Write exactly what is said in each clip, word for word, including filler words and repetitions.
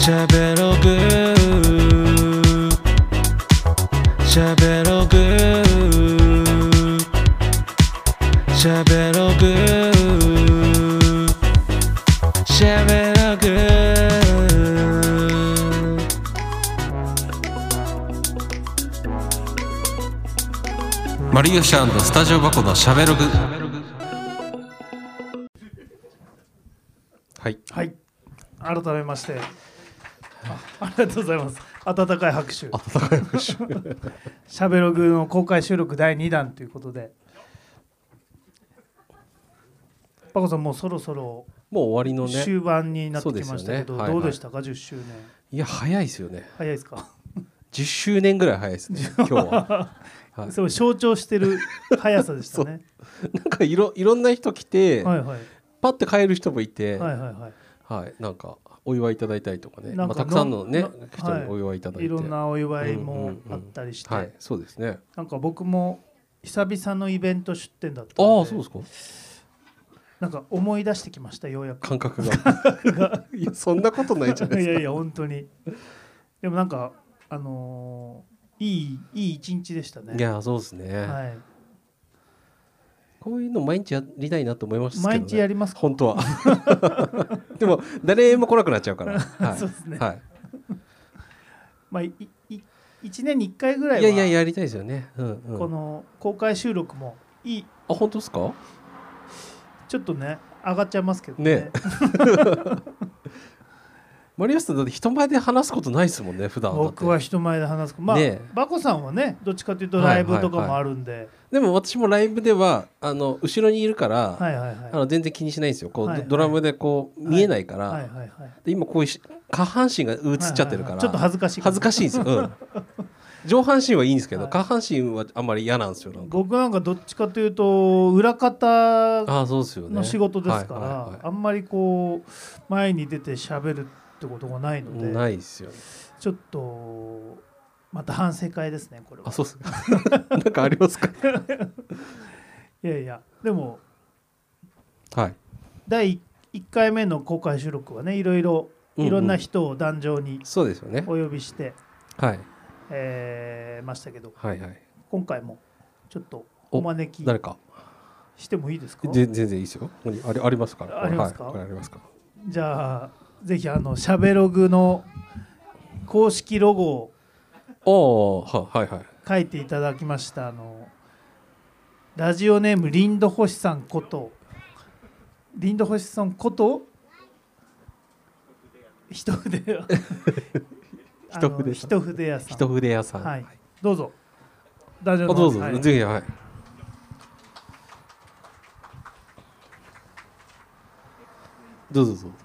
しゃべろぐしゃべろぐしゃべろぐしゃべろぐマリヨシスタジオバコのしゃべろぐ。はい、 はい、改めましてあ, ありがとうございます。温かい拍手。 温かい拍手。 しゃべろぐの公開収録だいにだんということで、パコさんもうそろそろもう終わりのね終盤になってきましたけど、 ねはいはい、 どうでしたかじゅっしゅうねん。 いや早いですよね。 早いですか。 じゅっしゅうねんぐらい早いですね今日は。 はい、そう象徴してる速さでしたね。 なんかいろいろんな人来て、 はいはい、 パッて帰る人もいて、 はいはいはいはい、なんかお祝いいただいたりとかね、まあ、たくさんのね人にお祝いいただいて、 はい、いろんなお祝いもあったりして、 うんうんうんはい、そうですね。 なんか僕も久々のイベント出店だったので、 ああそうですか。 なんか思い出してきましたようやく感覚が。いやそんなことないじゃないですか。 いやいや本当に。でもなんかあのー、いいいい一日でしたね。 いやそうですね。はい。こういうの毎日やりたいなと思いますけどね。 毎日やりますか。 本当は。でも誰も来なくなっちゃうから。はい、 そうですね。 はい。 まあいい一年に一回ぐらいは。 いやいややりたいですよね。うんうん、 この公開収録もいい。 あ本当ですか。 ちょっとね上がっちゃいますけどね。ねマリオスさんだって人前で話すことないですもんね普段。 僕は人前で話すまあ、ね、バコさんはねどっちかというとライブとかもあるんで、はいはいはい、 でも私もライブではあの後ろにいるから、 はいはいはい、あの全然気にしないんですよこう、はいはい、ドラムでこう見えないから、はいはいはい、で今こういう下半身が映っちゃってるから、はいはいはい、 ちょっと恥ずかしい恥ずかしいんですよ、うん、上半身はいいんですけど、はい、下半身はあんまり嫌なんですよ。なんか僕なんかどっちかというと裏方の仕事ですから、はいはいはい、あんまりこう前に出て喋るってことがないので、 ないですよね。 ちょっとまた反省会ですねこれは。 あそうですか。なんかありますか。 いやいやでも、 はい、 だいいっかいめの公開収録はねいろいろいろんな人を壇上にお呼びして、 はい、 えー、ましたけど、 はいはい、 今回もちょっとお招き誰かしてもいいですか。 全然いいですよ。ここにあり、ありますから。 ありますか、 はい、これありますか。 じゃあぜひあのしゃべログの公式ロゴを書いていただきました。あのラジオネームリンド星さんことリンド星さんこと一筆屋一筆一筆屋さん一筆屋さん、 はい、どうぞ大丈夫です。 どうぞ、はい、ぜひ、はい、どうぞどうぞ。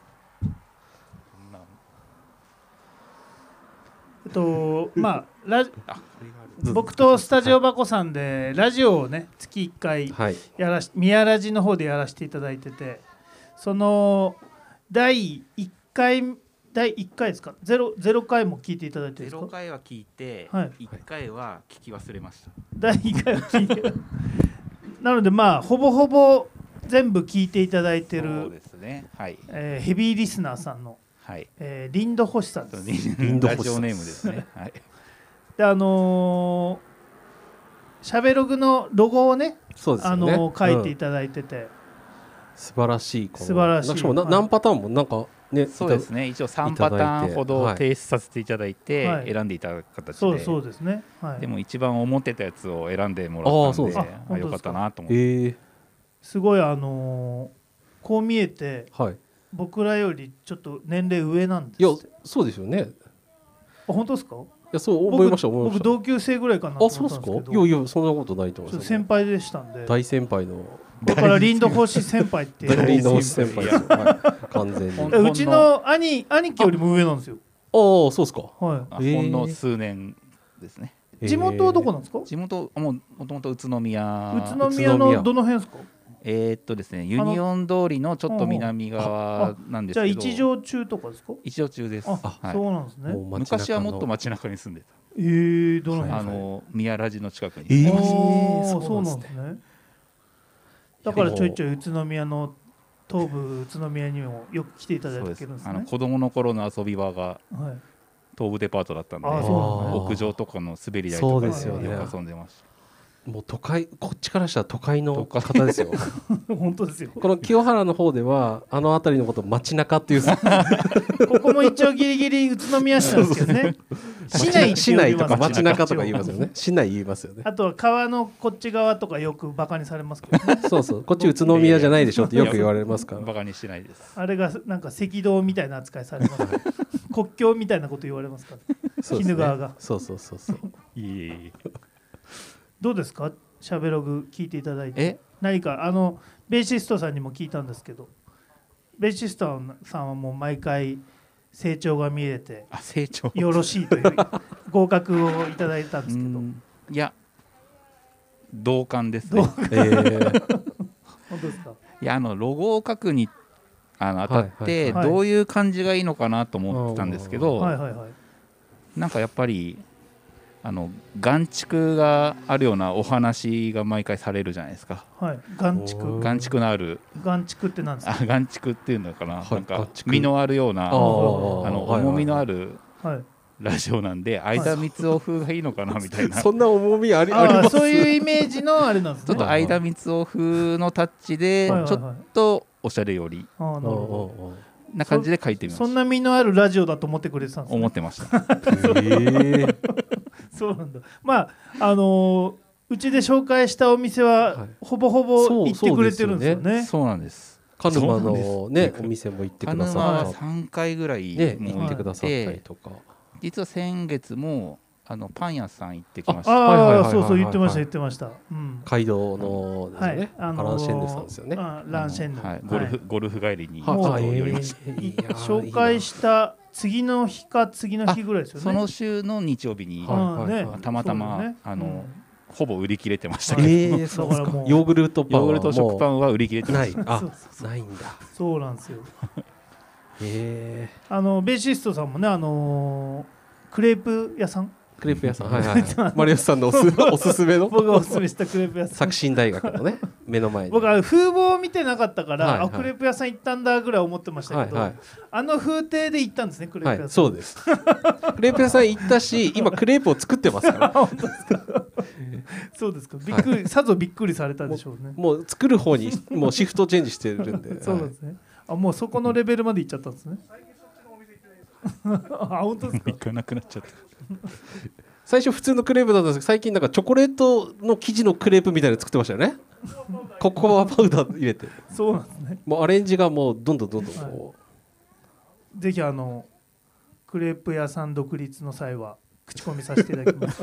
えっとまあラジ僕とスタジオバコさんでラジオをね月いっかいやらし、はい、宮ラジの方でやらせていただいてて、そのだいいっかいだいいっかいですか。ゼロ、ゼロかいも聞いていただいてですか。 ゼロかいは聞いて、はい、いっかいは聞き忘れました。 だいいっかいは聞いてなのでまあほぼほぼ全部聞いていただいてる、 そうですね、はい、 えー、ヘビーリスナーさんの、 はいえー、リンド星さんです。 リンド星ラジオネームですね。はい、 であのー、しゃべログのロゴをね、 そうですよね、 あのー、書いていただいてて、うん、 素晴らしい。 素晴らしい。 しかもな、はい、何パターンもなんかね、 そうですね、一応さんパターンほど提出させていただいて、はい、選んでいただく形で、 そう、そうですね、はい、 でも一番思ってたやつを選んでもらったので、ああ、よかったなと思って、えー、 すごいあのー、こう見えて、はい、僕らよりちょっと年齢上なんです。 いやそうですよね。 あ、本当ですか。いやそう思いました思いました。 僕同級生ぐらいかなと思ったんですけど。 あ、そうですか。いやいやそんなことないと思います。 先輩でしたんで。 大先輩の。 だからリンド星先輩っていう。 リンド星先輩です、はい、完全に。 うちの兄兄貴よりも上なんですよ。 ああそうですか。 はい。ほんの数年ですね。 地元はどこなんですか。 地元ももともと宇都宮。 宇都宮のどの辺ですか。 えー、っとですね、ユニオン通りのちょっと南側なんですけど。 じゃあ一条中とかですか。 一条中です。 あ、はい、そうなんですね。 昔はもっと街中に住んでた。 えー、どの辺。 あの宮ラジの近くに。 えー、そうなんですね。だからちょいちょい宇都宮の東部宇都宮にもよく来ていただいてるんですね。 あの子供の頃の遊び場が、はい、東武デパートだったんで、屋上とかの滑り台とかでよく遊んでました。 もう都会、こっちからしたら都会の方ですよ。 本当ですよ。 この清原の方ではあの辺りのことを街中っていうここも一応ギリギリ宇都宮市なんですけどね。市内市内とか街中とか言いますよね。市内言いますよね。 あとは川のこっち側とかよくバカにされますけどね。 そうそう、こっち宇都宮じゃないでしょってよく言われますから。 バカにしてないです。 あれがなんか赤道みたいな扱いされます。国境みたいなこと言われますから。鬼怒川が。 そうそうそうそう。 いえいえ。 どうですか？しゃべログ聞いていただいて、何かあのベーシストさんにも聞いたんですけど、ベーシストさんはもう毎回成長が見えて、 あ、成長よろしいという合格をいただいたんですけど、 いや同感ですね。 えー、本当ですか？ いや、あのロゴを書くにあの当たってどういう感じがいいのかなと思ってたんですけど、はいはいはい、なんかやっぱりあの眼蓄があるようなお話が毎回されるじゃないですか。 はい、眼蓄。 眼蓄のある。 眼蓄って何ですか？ あ、眼蓄っていうのかな。はい、なんか身のあるような、あの重みのあるラジオなんで、相田光雄風がいいのかなみたいな。 そんな重みありあります？そういうイメージのあれなんですね。 ちょっと相田光雄風のタッチで、ちょっとおしゃれより。あ、なるほど。な感じで書いてみました。 そんな身のあるラジオだと思ってくれてたんですね。 思ってました。 そうなんだ。まああのー、うちで紹介したお店は、はい、ほぼほぼ行ってくれてるんですよね。 そうなんです。 鹿沼のねお店も行ってくださった。 鹿沼はさんかいぐらい行ってくださったりとか。 実は先月もあのパン屋さん行ってきました。 ああ、そうそう言ってました言ってました。 街道のですね。ランシェンヌさんですよね。 ランシェンヌ。 ゴルフゴルフ帰りに寄りました。紹介した次の日か次の日ぐらいですよね。 その週の日曜日にたまたまあのほぼ売り切れてましたけど。ヨーグルトパン、 ヨーグルト食パンは売り切れてました。 あ、ないんだ。 そうなんですよ。 へえ。 あのベーシストさんもね、あのクレープ屋さん。 クレープ屋さん、はいはい。マリオスさんのおすおすすめの僕がおすすめしたクレープ屋さん。 作新大学のね目の前に。 僕は風貌を見てなかったから、はいはい、あクレープ屋さん行ったんだぐらい思ってましたけど、はいはい、あの風景で行ったんですねクレープ屋さん。 はい、そうです。クレープ屋さん行ったし、今クレープを作ってますから。 本当ですか。そうですか。びっくり、はい、さぞびっくりされたでしょうね。 もう、もう作る方にもうシフトチェンジしてるんで。 そうなんですね。あ、もうそこのレベルまで行っちゃったんですね。あ、本当ですか。 行かなくなっちゃった。 最初普通のクレープだったんですけど、最近なんかチョコレートの生地のクレープみたいなの作ってましたよね。ココアパウダー入れて。 そうなんですね。 もうアレンジがもうどんどんどんどんこう、はい、ぜひあのクレープ屋さん独立の際は口コミさせていただきます。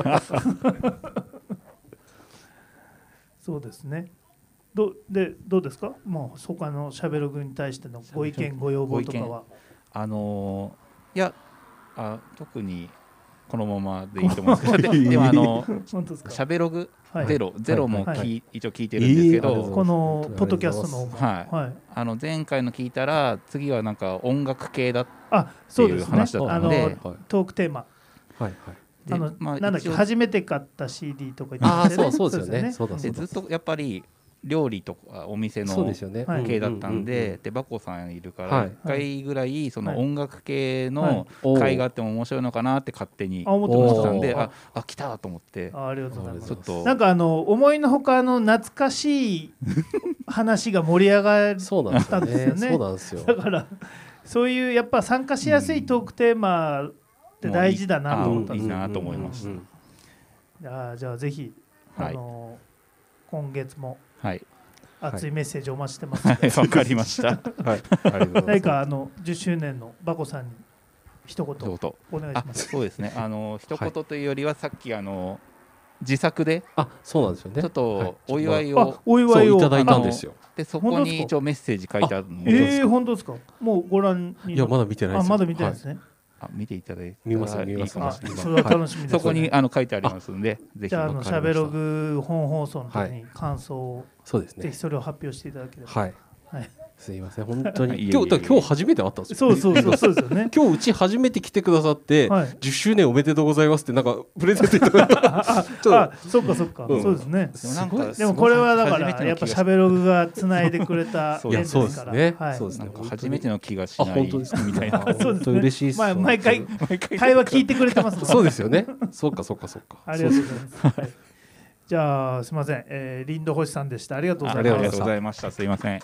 そうですね。どでどうですか。もう他のしゃべログに対してのご意見ご要望とかは。 あのー、いやあ特に。このままでいいと思うんですけど、で, でもあのしゃべログゼロ、はい、ゼロも、はい、一応聞いてるんですけど、 えー、このポッドキャストの、 はいはい、あの前回の聞いたら次はなんか音楽系だっていう話だったの で, で、ね、 あのトークテーマ、はいはい、あの、まあ、なんだっけ初めて買った シーディー とか言ってて、ね、あそうそうですよね。そうだでずっとやっぱり料理とかお店の系だったんで、でバコさんいるからいっかいぐらいその音楽系の会があっても面白いのかなって勝手に思ってたんで、ああ来たと思って、 ありがとうございます。 ちょっとなんかあの思いのほかの懐かしい話が盛り上がったんですよね。 そうなんですよ。 だからそういうやっぱ参加しやすいトークテーマって大事だなと思ったんですよ。 いいなと思いました。 じゃあぜひあの今月もはい熱いメッセージをお待ちしてます。 わ、はい、かりました。 はい、 何かあのじゅっしゅうねんのバコさんに一言お願いします。 そうですね。あの一言というよりはさっきあの自作で、 あ、そうなんですよね。 ちょっとお祝いをお祝いをいただいたんですよ。 でそこに一応メッセージ書いてあるので。 ええ本当ですか。もうご覧に。 いやまだ見てないです。 あまだ見てないですね。 あ見ていただいて見ます見ます。 それは楽しみです。 そこにあの書いてありますので、ぜひ。 じゃああのしゃべログ本放送の時に感想をそうですね。 ぜひそれを発表していただければ。 はい。 はい。 すいません本当に今日だ今日初めて会ったんですよ。そうそうそうそうですよね。 今日うち初めて来てくださって、はい、じゅっしゅうねんおめでとうございますってなんかプレゼントいただいた。 あ、そっかそっか、うん、そうですね。でもこれはだからやっぱしゃべログがつないでくれた縁ですから。 ね、はい、そうですね。なんか初めての気がしない。本当ですみたいな。 そうですね。嬉しいです。 まあ毎回会話聞いてくれてます。 そうですよね。そうかそうかそうか。 ありがとうございます。はい、じゃあすみません、えー、リンド星さんでした。ありがとうございました。 ありがとうございました。すいません。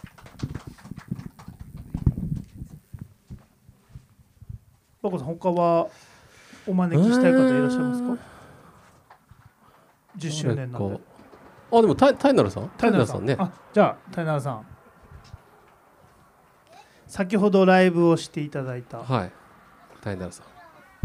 バコさん他はお招きしたい方いらっしゃいますか？じゅっしゅうねんなんで。 あでもタイタイナルさん？ タイナルさんね。あじゃあタイナルさん。先ほどライブをしていただいた。 はい。タイナルさん。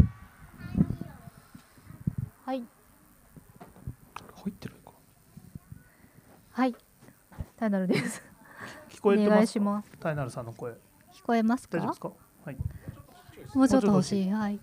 はい。 入ってるか。 はい。タイナルです。 聞こえてますか？ お願いします。 タイナルさんの声。 聞こえますか？ 大丈夫ですか？はい。 もうちょっと欲しい。はい。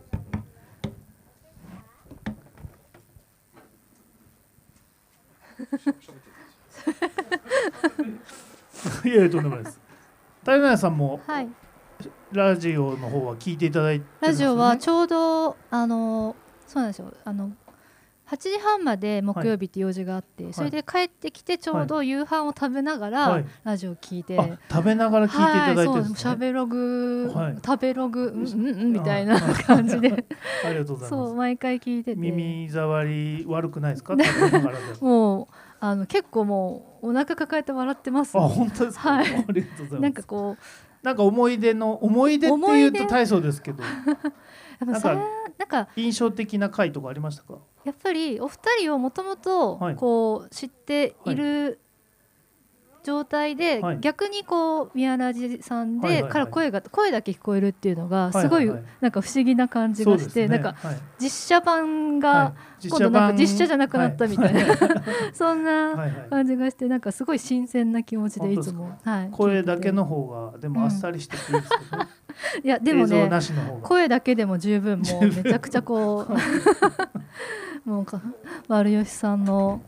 いやいやとんでもないです。タイナルさんも、 はい、 ラジオの方は聞いていただいてるんですよね。 ラジオはちょうどあのそうなんですよ。あのはちじはんまで木曜日って用事があって、はい、それで帰ってきてちょうど夕飯を食べながら、はい、ラジオ聞いて、 食べながら聞いていただいてるんですね。 しゃべログ、はい、食べログうんうんうんみたいな感じでありがとうございます。 そう毎回聞いてて耳障り悪くないですか？食べながらでもうあの結構もうお腹抱えて笑ってます、 ね。あ本当ですか？ はい、 ありがとうございます。 なんかこうなんか思い出の思い出っていうと大層ですけどなんかなんか印象的な回とかありましたか？ やっぱりお二人をもともとこう知っている状態で、はい、逆にこう宮ラジさんでから声が声だけ聞こえるっていうのがすごいなんか不思議な感じがして、なんか実写版が今度なんか実写じゃなくなったみたいなそんな感じがしてなんかすごい新鮮な気持ちでいつも声だけの方がでもあっさりしてていいですけど。 いやでもね声だけでも十分もうめちゃくちゃこうもう丸吉さんの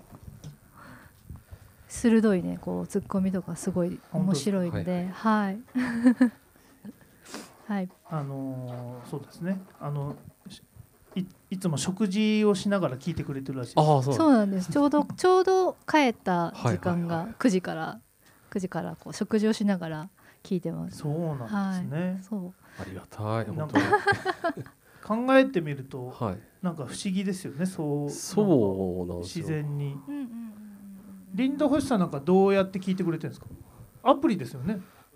鋭いねこうツッコミとかすごい面白いのではいはい、 あのー、そうですねあの い, いつも食事をしながら聞いてくれてるらしいです。 ああそう、そうなんです。ちょうどちょうど帰った時間がくじからくじからこう食事をしながら聞いてます。 そうなんですね、はい、 そうありがたい。 なんか考えてみると、はい、なんか不思議ですよね。そうそうなんですよ。 自然に、うんうんうん、リンド星さんなんかどうやって聞いてくれてるんですか？アプリですよね。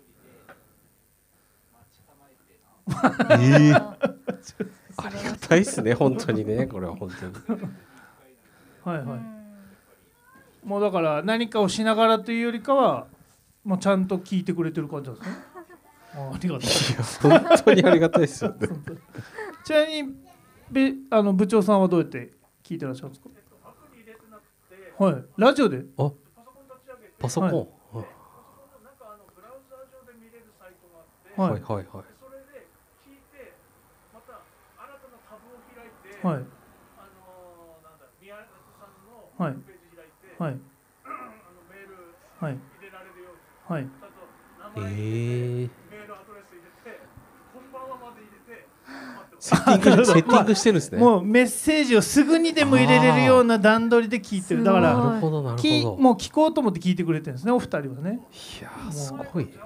えー、ありがたいですね本当にねこれは本当にはいはい。もうだから何かをしながらというよりかはもうちゃんと聞いてくれてる感じなんですね。あ, ありがたい。 いや本当にありがたいですよねちなみにべあの部長さんはどうやって聞いてらっしゃるんですか？アプリ入れてなくて、はい、ラジオであパソコン、はいはい、 なんかあのブラウザー上で見れるサイトがあって、 はいはいはい、 それで聞いてまた新たなタブを開いて、はい、あのー、なんだ宮崎さんのホームページ開いて、はい、あのメール入れられるように、はい、あと名前入れて、えー、メールアドレス入れてこんばんはまで入れてセッティングセッティングしてるんですね。 もうメッセージをすぐにでも入れれるような段取りで聞いてる。だからなるほどなるほどもう聞こうと思って聞いてくれてるんですねお二人はね。 いやーすごい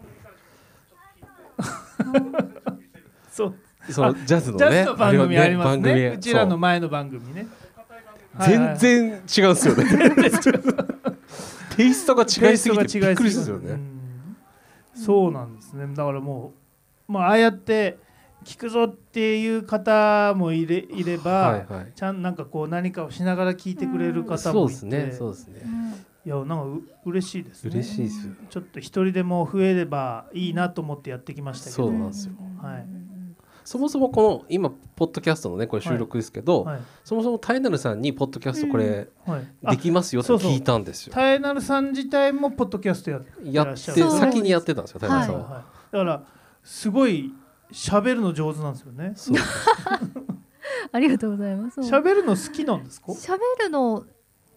そうそのジャズのねジャズの番組ありますね。うちらの前の番組ね全然違うんですよねテイストが違いすぎてびっくりですよね。 そうなんですね。だからもう、まあ、ああやって聞くぞっていう方もい れ, いれば、はいはい、ちゃんなんかこう何かをしながら聞いてくれる方もいて、 そうですねそうですね。 いやなんかう嬉しいですね。 嬉しいです。 ちょっと一人でも増えればいいなと思ってやってきましたけど。 そうなんですよ、 はい、 そもそもこの今ポッドキャストのねこれ収録ですけど、はいはい、そもそもタイナルさんにポッドキャストこれできますよって聞いたんですよ。 タイナルさん自体もポッドキャストやってらっしゃる。 やって先にやってたんですよタイナルさんは、はいはい、 だからすごい喋るの上手なんですよね。そうありがとうございます。 喋るの好きなんですか？ 喋るの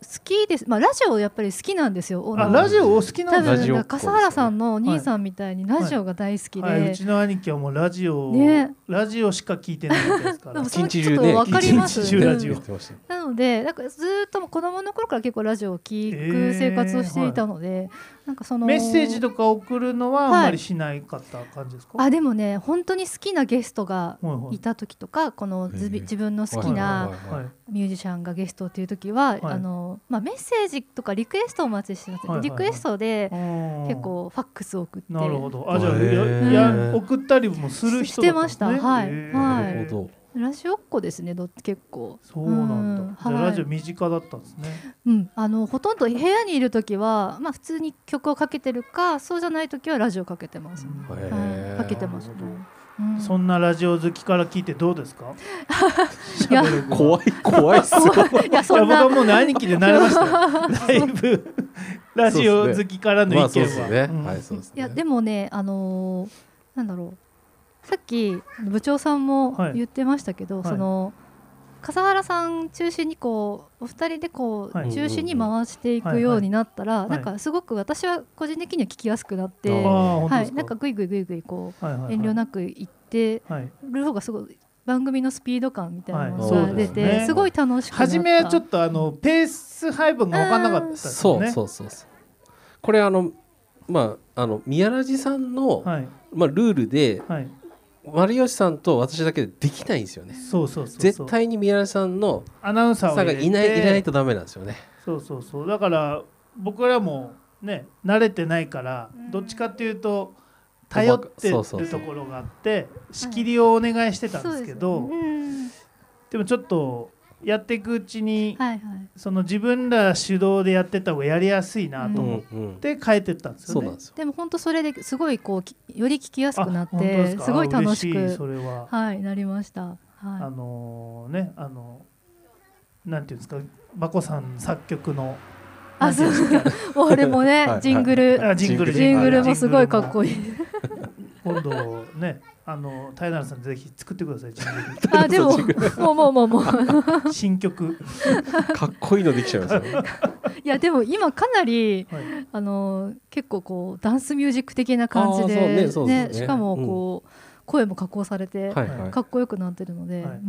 きです、まあ、ラジオやっぱり好きなんですよ。 あラジオお好きなんですか。多分笠原さんのお兄さんみたいにラジオが大好きで、 はいはいはい、うちの兄貴はもうラジオ、ね、ラジオしか聞いてないみたいですから一日中ね分かります。 一日中ラジオ、うん、 なのでなんかずっと子供の頃から結構ラジオを聞く生活をしていたので、えーはい、なんかそのメッセージとか送るのはあんまりしないかった感じですか？ はい、あでもね本当に好きなゲストがいた時とか、はいはい、この自分の好きなミュージシャンがゲストっていう時は、はい、あのまあ、メッセージとかリクエストをお待ちしてます、はいはいはい、リクエストで結構ファックスを送って。 なるほど。あじゃあやや送ったりもする人だったんですね。 してました。はい、 はい、なるほど。 ラジオっ子ですね。ど結構そうなんだ、うん、じゃあラジオ身近だったんですね。 うん、あのほとんど部屋にいる時は、まあ、普通に曲をかけてるかそうじゃない時はラジオかけてます、ね、はい、かけてます、ね、 うん、そんなラジオ好きから聞いてどうですか？ いや怖い怖いっすよ。 いやそんな僕はもうね兄貴でなりましたよ。だいぶラジオ好きからの意見は。そうですね。はい、そうですね。 いやでもねあのー、なんだろう。さっき部長さんも言ってましたけど、はい、その笠原さん中心にこうお二人でこう、はい、中心に回していくようになったら、はいはい、なんかすごく私は個人的には聞きやすくなって、はい、なんかグイグイグイグイこう、はいはいはい、遠慮なく言ってる方がすごい番組のスピード感みたいなのが出て、はいね、すごい楽しくなった。 初めはちょっとあのペース配分が分かんなかったですね。 そうそうそうそう。これあのまああの宮ラジさんの、はい、まあルールで。はい、丸吉さんと私だけでできないんですよね。 そうそうそうそう、 絶対に宮根さんのアナウンサーがいないいないとダメなんですよね。 そうそうそう。だから僕らもね慣れてないからどっちかっていうと頼ってるところがあって仕切りをお願いしてたんですけど、でもちょっとやっていくうちに、はいはい、その自分ら主導でやってた方がやりやすいなと思って変えてったんですよね。うんうん、 で, でも本当それですごいこうより聞きやすくなってすごい楽しくそれは、 はい、なりました。はい、 あのー、ねあのなんていうんですかバコさん作曲のあそう俺もねはい、ジングル、はい、ジングルジングルもすごいかっこいい。 今度ねあのタイナルさんぜひ作ってください。 あでももうもうもうもう新曲かっこいいのできちゃいますよね。 いやでも今かなり、はい、あの結構こうダンスミュージック的な感じで、ねねね、しかもこう、うん、声も加工されて、はいはい、かっこよくなってるので、はいうん、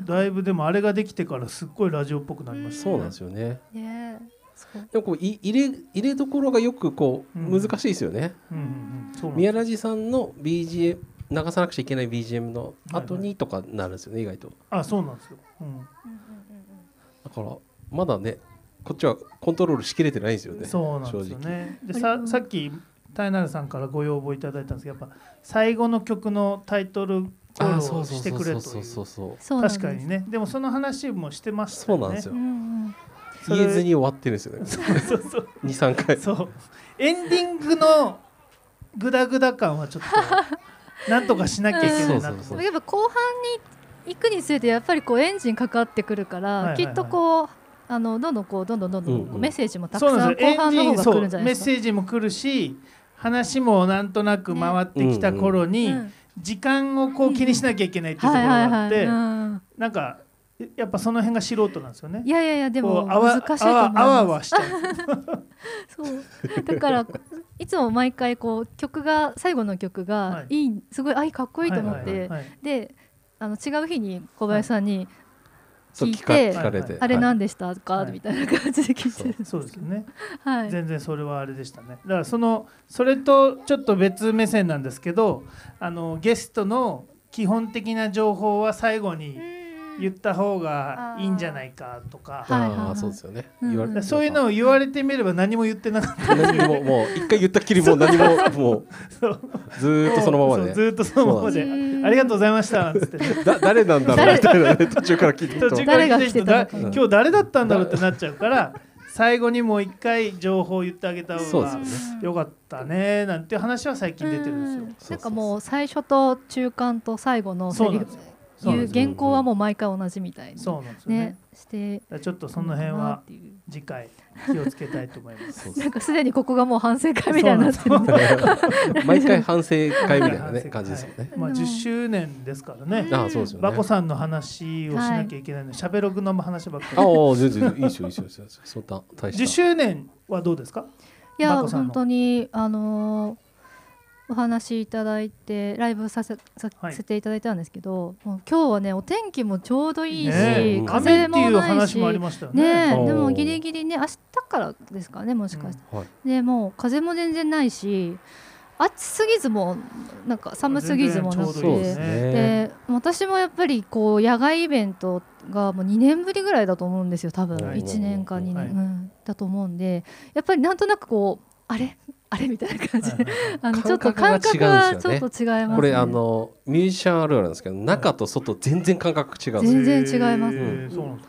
だいぶでもあれができてからすっごいラジオっぽくなりました、 ね、そうなんですよね。ねでもこうい入れ入れどころがよくこう難しいですよね。宮ラジさんの ビージーエム 流さなくちゃいけない ビージーエム の後にとかなるんですよね、はいはい、意外と。 あそうなんですよ、うん、 だからまだねこっちはコントロールしきれてないんですよね。 そうなんですよね。で さ, さっきタイナルさんからご要望いただいたんですけどやっぱ最後の曲のタイトルコールをしてくれという確かにね。でもその話もしてましたよね。 そうなんですよ、うんうん言えずに終わってるんですよね。そうそうそう に,さん 回そうエンディングのグダグダ感はちょっとなんとかしなきゃいけないなと思って。そうそうそうやっぱ後半に行くにつれてやっぱりこうエンジンかかってくるから、はいはいはい、きっとこうあのどんどんこうどんどんどんどん、うんうん、メッセージもたくさん後半の方が来るんじゃないですか。 メッセージも来るし話もなんとなく回ってきた頃に、ねうんうん、時間をこう気にしなきゃいけないっていうところがあって、なんかやっぱその辺が素人なんですよね。 いやいやいやでも難しいと思います。 あわあわしちゃうそうだからいつも毎回こう曲が最後の曲がいい、はい、すごいあいかっこいいと思って、はいはいはい、であの違う日に小林さんに聞いて、はい、あれ何でしたか、はい、みたいな感じで聞いてるんです。 そうですね、はい、全然それはあれでしたね。だからそのそれとちょっと別目線なんですけどあのゲストの基本的な情報は最後に言った方がいいんじゃないかとか、 ああそうですよね、 言われそういうのを言われてみれば何も言ってなかった何ももう一回言ったきりもう何ももうずーっとそのままでずーっとそのままでありがとうございましたって、ね、 だ誰なんだろうみたいな、ね、途中から聞いてると途中から聞いてる人今日誰だったんだろうってなっちゃうから最後にもう一回情報を言ってあげた方がよかったねなんていう話は最近出てるんですよ。 なんかもう最初と中間と最後のセリフいう原稿はもう毎回同じみたいにそうなんですよねしてちょっとその辺は次回気をつけたいと思いますなんかすでにここがもう反省会みたいになってる毎回反省会みたいな、ね、感じですよね、 まあ、じゅっしゅうねんですからねああそうですよねバコさんの話をしなきゃいけないので、はい、喋ろぐの話ばっかりああ全然いいですよいいですよそんな大したじゅっしゅうねんはどうですかいや本当にあのーお話いただいてライブさせ、させていただいたんですけど、もう今日はねお天気もちょうどいいし、ね、風もないし、ね、でもギリギリね明日からですかねもしかして、うんはい、でもう風も全然ないし暑すぎずもなんか寒すぎずもなくて、で、ね、私もやっぱりこう野外イベントがもうにねんぶりぐらいだと思うんですよ多分いちねんかにねん、はいうん、だと思うんでやっぱりなんとなくこうあれあれみたいな感じで、あのちょっと感覚がちょっと違いますね。 これあのミュージシャンあるあるなんですけど、中と外全然感覚違うんですよ。 全然違います。 うん、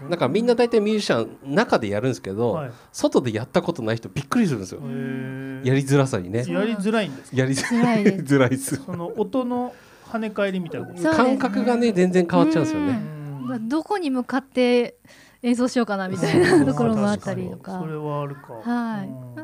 なんかみんな大体ミュージシャン中でやるんですけど、はい、外でやったことない人びっくりするんですよ。やりづらさにね。 やりづらいんですか。 やりづらいです。 その音の跳ね返りみたいな、 ね、感覚がね全然変わっちゃうんですよね。 どこに向かって演奏しようかなみたいなところもあったりとか。 それはあるか。 はい。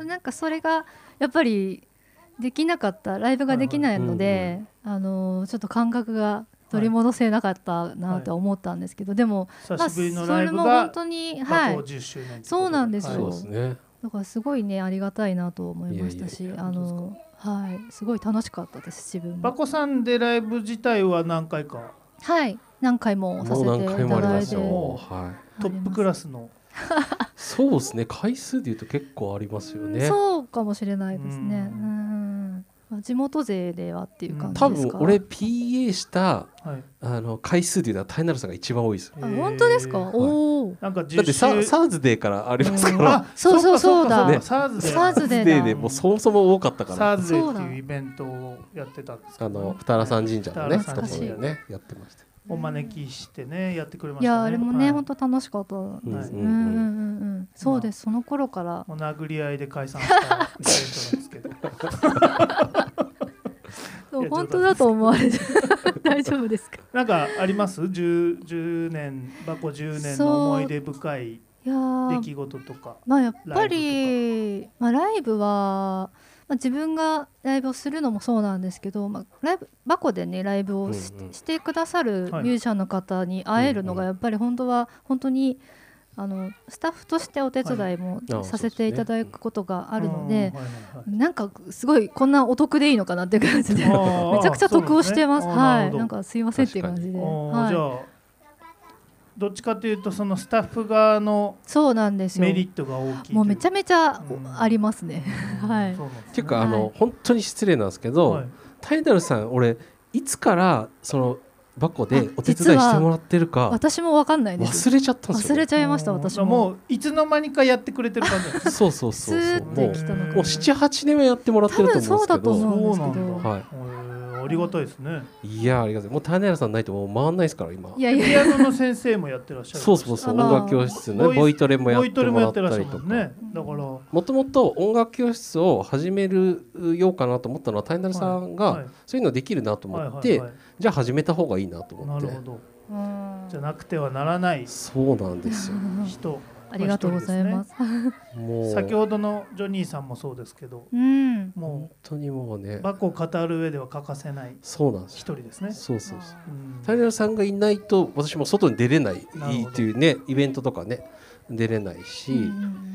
なんかそれがやっぱりできなかったライブができないので、あのちょっと感覚が取り戻せなかったなと思ったんですけど、でも久しぶりのライブが本当にはいそうなんですよ。だからすごいねありがたいなと思いましたし、あのはいすごい楽しかったです自分も。 バコさんでライブ自体は何回かはい何回もさせていただいて、 はい、 トップクラスの。 そうですね回数でいうと結構ありますよね。 そうかもしれないですね。うん地元勢ではっていう感じですか。 多分俺 ピーエー した、はい、あの回数でいうとタイナルさんが一番多いです。 あ本当ですか。おお。 なんかだってサーズデーからありますから。 あそうそうそうだ。 ね、サーズデー。 サーズデーでもうそもそも多かったから。 サーズデーっていうイベントをやってたんですけど、 あの二良山神社のねところでねやってました。 お招きしてねやってくれましたね。 いやあれもね本当楽しかったです。うんうんうんうんそうですその頃からお殴り合いで解散したイベントなんですけど。 そう本当だと思われて大丈夫ですか。 なんかあります？じゅうねんバコじゅうねんの思い出深い出来事とか。 まあやっぱりまあライブは。まあ、自分がライブをするのもそうなんですけど、まあ、ライブバコでねライブを し,、うんうん、してくださるミュージシャンの方に会えるのがやっぱり本当は本当にあのスタッフとしてお手伝いもさせていただくことがあるので、なんかすごいこんなお得でいいのかなっていう感じでめちゃくちゃ得をしてます。はい、なんかすいませんっていう感じで。はい、 じゃあどっちかというとそのスタッフ側のメリットが大きい。 もうめちゃめちゃありますね。はい。 っていうかあの本当に失礼なんですけど、タイナルさん俺いつからそのバコでお手伝いしてもらってるか私も分かんないです。 忘れちゃったんですよ。 忘れちゃいました私も。 もういつの間にかやってくれてる感じ。 そうそうそうそう。もうななはちねんはやってもらってると思うんですけど。 そうだと思うんですけど。 はい。ありがたいですね。 いやありがたい。もうタイナルさんないともう回んないですから今。 いやいや。 ピアノの先生もやってらっしゃる。 そうそうそう。音楽教室ねボイトレもやってもらったりとか。 ね。だからもともと音楽教室を始めるようかなと思ったのはタイナルさんがそういうのできるなと思ってじゃあ始めた方がいいなと思って。 なるほど。じゃなくてはならない。 そうなんですよ。 人。 ありがとうございます。 もう先ほどのジョニーさんもそうですけど、 うん、 もう本当にもうね、 バコを語る上では欠かせない一人ですね。 そうそうそう。タイナルさんがいないと私も外に出れないっていうねイベントとかね出れないし、うん、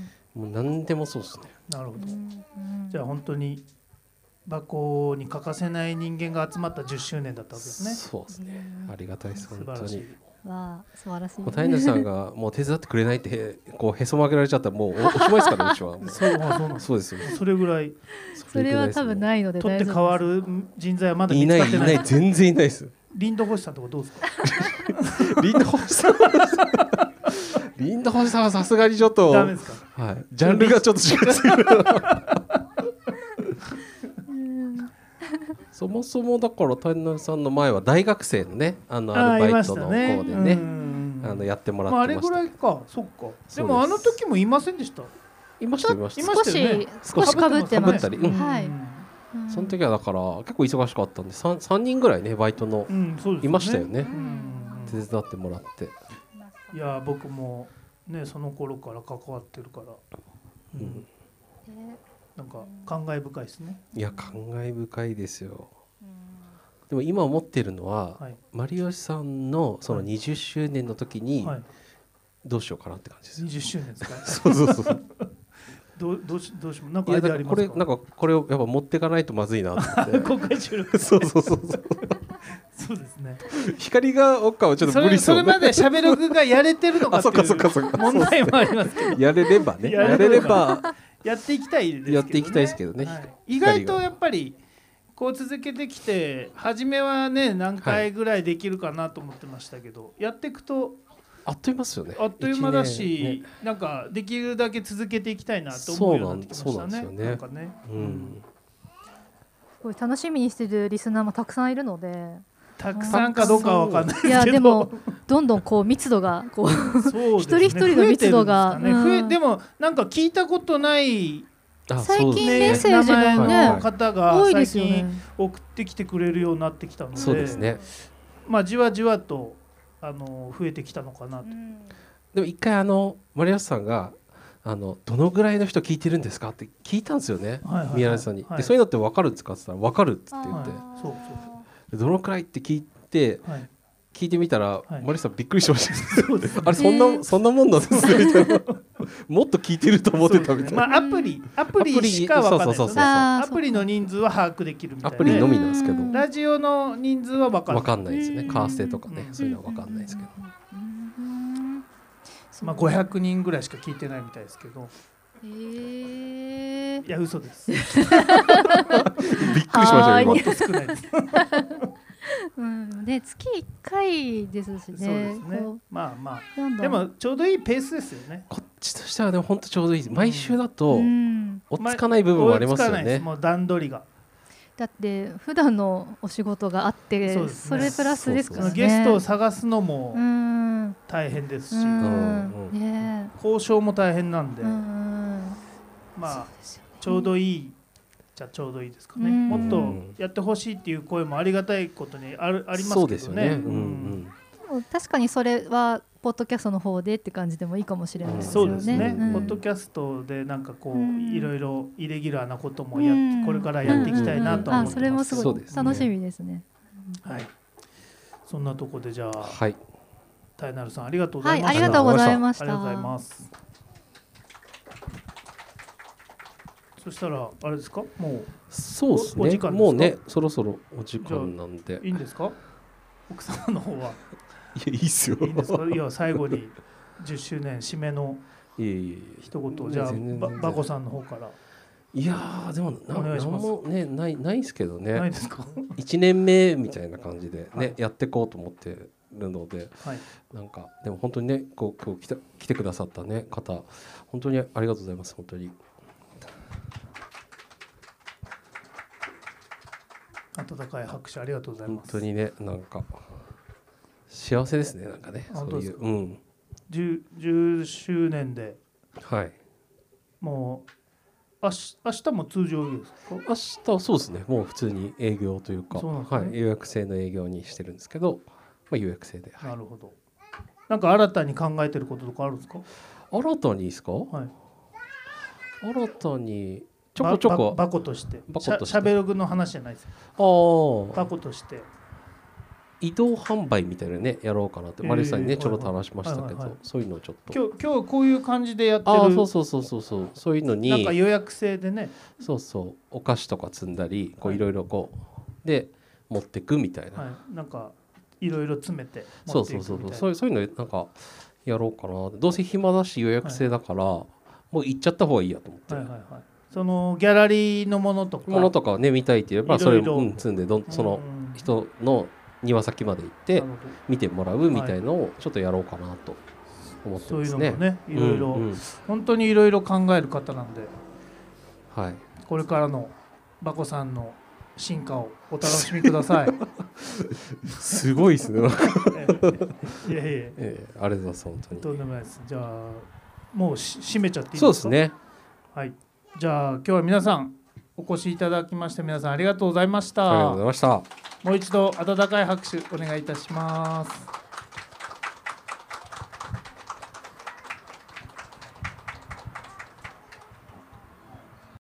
もう何でもそうですね。 なるほど。じゃあ本当にバコに欠かせない人間が集まったじゅっしゅうねんだったわけですね。 そうですね。ありがたいです本当に。 わあ素晴らしい。 タイナルさんがもう手伝ってくれないってこうへそ曲げられちゃったらもうおしまいですからうちは。 そうそうですよ。それぐらい。 それは多分ないので取って変わる人材はまだ見つかってない。 いないいない全然いないです。 リンドホシさんとかどうですか。 リンドホシさん。リンドホシさんはさすがにちょっと。 ダメですか。 はい。ジャンルがちょっと違いすぎる。そもそもだからタイナルさんの前は大学生のねあのアルバイトの方でねあのやってもらってました。 あれぐらいかそっか。でもあの時もいませんでした。 いましたいました。 少し少し被ってました。はい。 その時はだから結構忙しかったんで 3, 3人ぐらいねバイトのいましたよね。 手伝ってもらって、 いや僕もねその頃から関わってるから、うん、なんか感慨深いですね。 いや感慨深いですよ。でも今思ってるのは、はい、マリヨシさんのそのにじゅっしゅうねんの時にどうしようかなって感じです。 にじゅっしゅうねんですか。 そうそうそう。 どうどうしどうしなんかアイデアありますか。 これなんかこれをやっぱ持っていかないとまずいなと思って。 公開収録。 そうそうそうそう。 そうですね。 光が丘はちょっと無理そうね。それまで喋る具がやれてるのかっていう問題もありますけど。 やれればね。やれればやっていきたいですけどね。 やっていきたいですけどね。 はい、意外とやっぱり。こう続けてきて初めはね何回ぐらいできるかなと思ってましたけど、はい、やっていくとあっという間ですよね。 あっという間だし、ね、なんかできるだけ続けていきたいなと思うようになってきましたね。そうなんですよね。なんかね、うん、 すごい楽しみにしてるリスナーもたくさんいるので、 たくさんかどうかは分かんないですけど、 いやでもどんどんこう密度がこう一人一人の密度がね、増えでもなんか聞いたことない最近メッセージの、ね、 方が最近送ってきてくれるようになってきたので、 そうですね。 まあじわじわとあの増えてきたのかなと。 でも一回あのマリアスさんがあのどのぐらいの人聞いてるんですかって聞いたんですよね。宮根さんに。でそういうのって分かるんですかって言ったら分かるって言って、はい、そうそうどのくらいって聞いて。はい、聞いてみたら、はい、マリさんびっくりしました。あれそんな、えー、そんなもんなんですねみたいな。もっと聞いてると思ってたみたいな。 まあアプリアプリしか分かんないですよね。アプリの人数は把握できるみたいな。 アプリのみなんですけど。 ラジオの人数は分かんない。 分かんないですよね。カーステとかね、そういうのは分かんないですけど。 まあごひゃくにんぐらいしか聞いてないみたいですけど。 えー、 いや嘘です。びっくりしましたよ。 もっと少ないです。 うんね、月いっかいですしね。そうですね。 まあまあでもちょうどいいペースですよね。 こっちとしてはでも本当ちょうどいいです。毎週だと追っつかない部分もありますよね。 もう段取りが。 だって普段のお仕事があって そ,、ね、それプラスですからね。 ゲストを探すのも大変ですし、ね、交渉も大変なんで、まあちょうどいい。じゃちょうどいいですかね。もっとやってほしいっていう声もありがたいことにあるありますけどね。そうですよね。うんうん、確かにそれはポッドキャストの方でって感じでもいいかもしれないですよね。 そうですね。うん、ポッドキャストでなんかこう、うん、いろいろイレギュラーなこともやって、うん、これからやっていきたいなと思ってます。あ、それもすごい楽しみですね。 はい。そんなとこでじゃあ、 はい、 タイナルさんありがとうございました。 はい、ありがとうございました。 ありがとうございます。そしたらあれですか、もうそうですね、お時間ですか。もうねそろそろお時間なんでいいんですか、奥様の方は。 いやいいっすよ。 いいんですか。いや最後にじゅっしゅうねん締めの一言じゃあバコさんの方から。 いやーでもな何もねないないですけどね。 ないですか。 いちねんめみたいな感じでね、はい、やっていこうと思ってるので、はい、なんかでも本当にねこう今日来て来てくださったね方本当にありがとうございます。本当に。 温かい拍手ありがとうございます。 本当にねなんか幸せですねなんかね。そういう、うん、 じゅうしゅうねんで、 はい、 もう明日、明日も通常ですか。 明日はそうですね、もう普通に営業というか、う、ね、はい、予約制の営業にしてるんですけど、まあ、予約制で、はい、 なるほど。なんか新たに考えてることとかあるんですか。 新たにですか、はい、新たにちょこちょこバコとしてしゃ、しゃべるの話じゃないですよ。バコとして移動販売みたいなねやろうかなって、マリさんにねちょろっと話しましたけど、はいはいはい、そういうのをちょっと今日今日こういう感じでやってる。 あ、そうそうそうそうそう、そういうのになんか予約制でね、 そうそうお菓子とか積んだりこういろいろこうで持ってくみたいな、 はい、なんかいろいろ詰めて持っていくみたいな、そうそうそうそうそういうのなんかやろうかな。どうせ暇だし予約制だから、はい、もう行っちゃった方がいいやと思って、はいはいはい、 そのギャラリーのものとかものとかね見たいって言えばそれを、うん、積んでどんその人の庭先まで行って見てもらうみたいのをちょっとやろうかなと思ってますね。 そういうのもねいろいろ、うんうん、本当にいろいろ考える方なんで、 はい、これからのバコさんの進化をお楽しみください。 すごいですね。いやいや、 えー、ありがとうございます。本当にとんでもないです。じゃあもう閉めちゃっていいですか。 そうですね。 はい、じゃあ今日は皆さんお越しいただきまして皆さんありがとうございました。 ありがとうございました。 もう一度温かい拍手お願いいたします。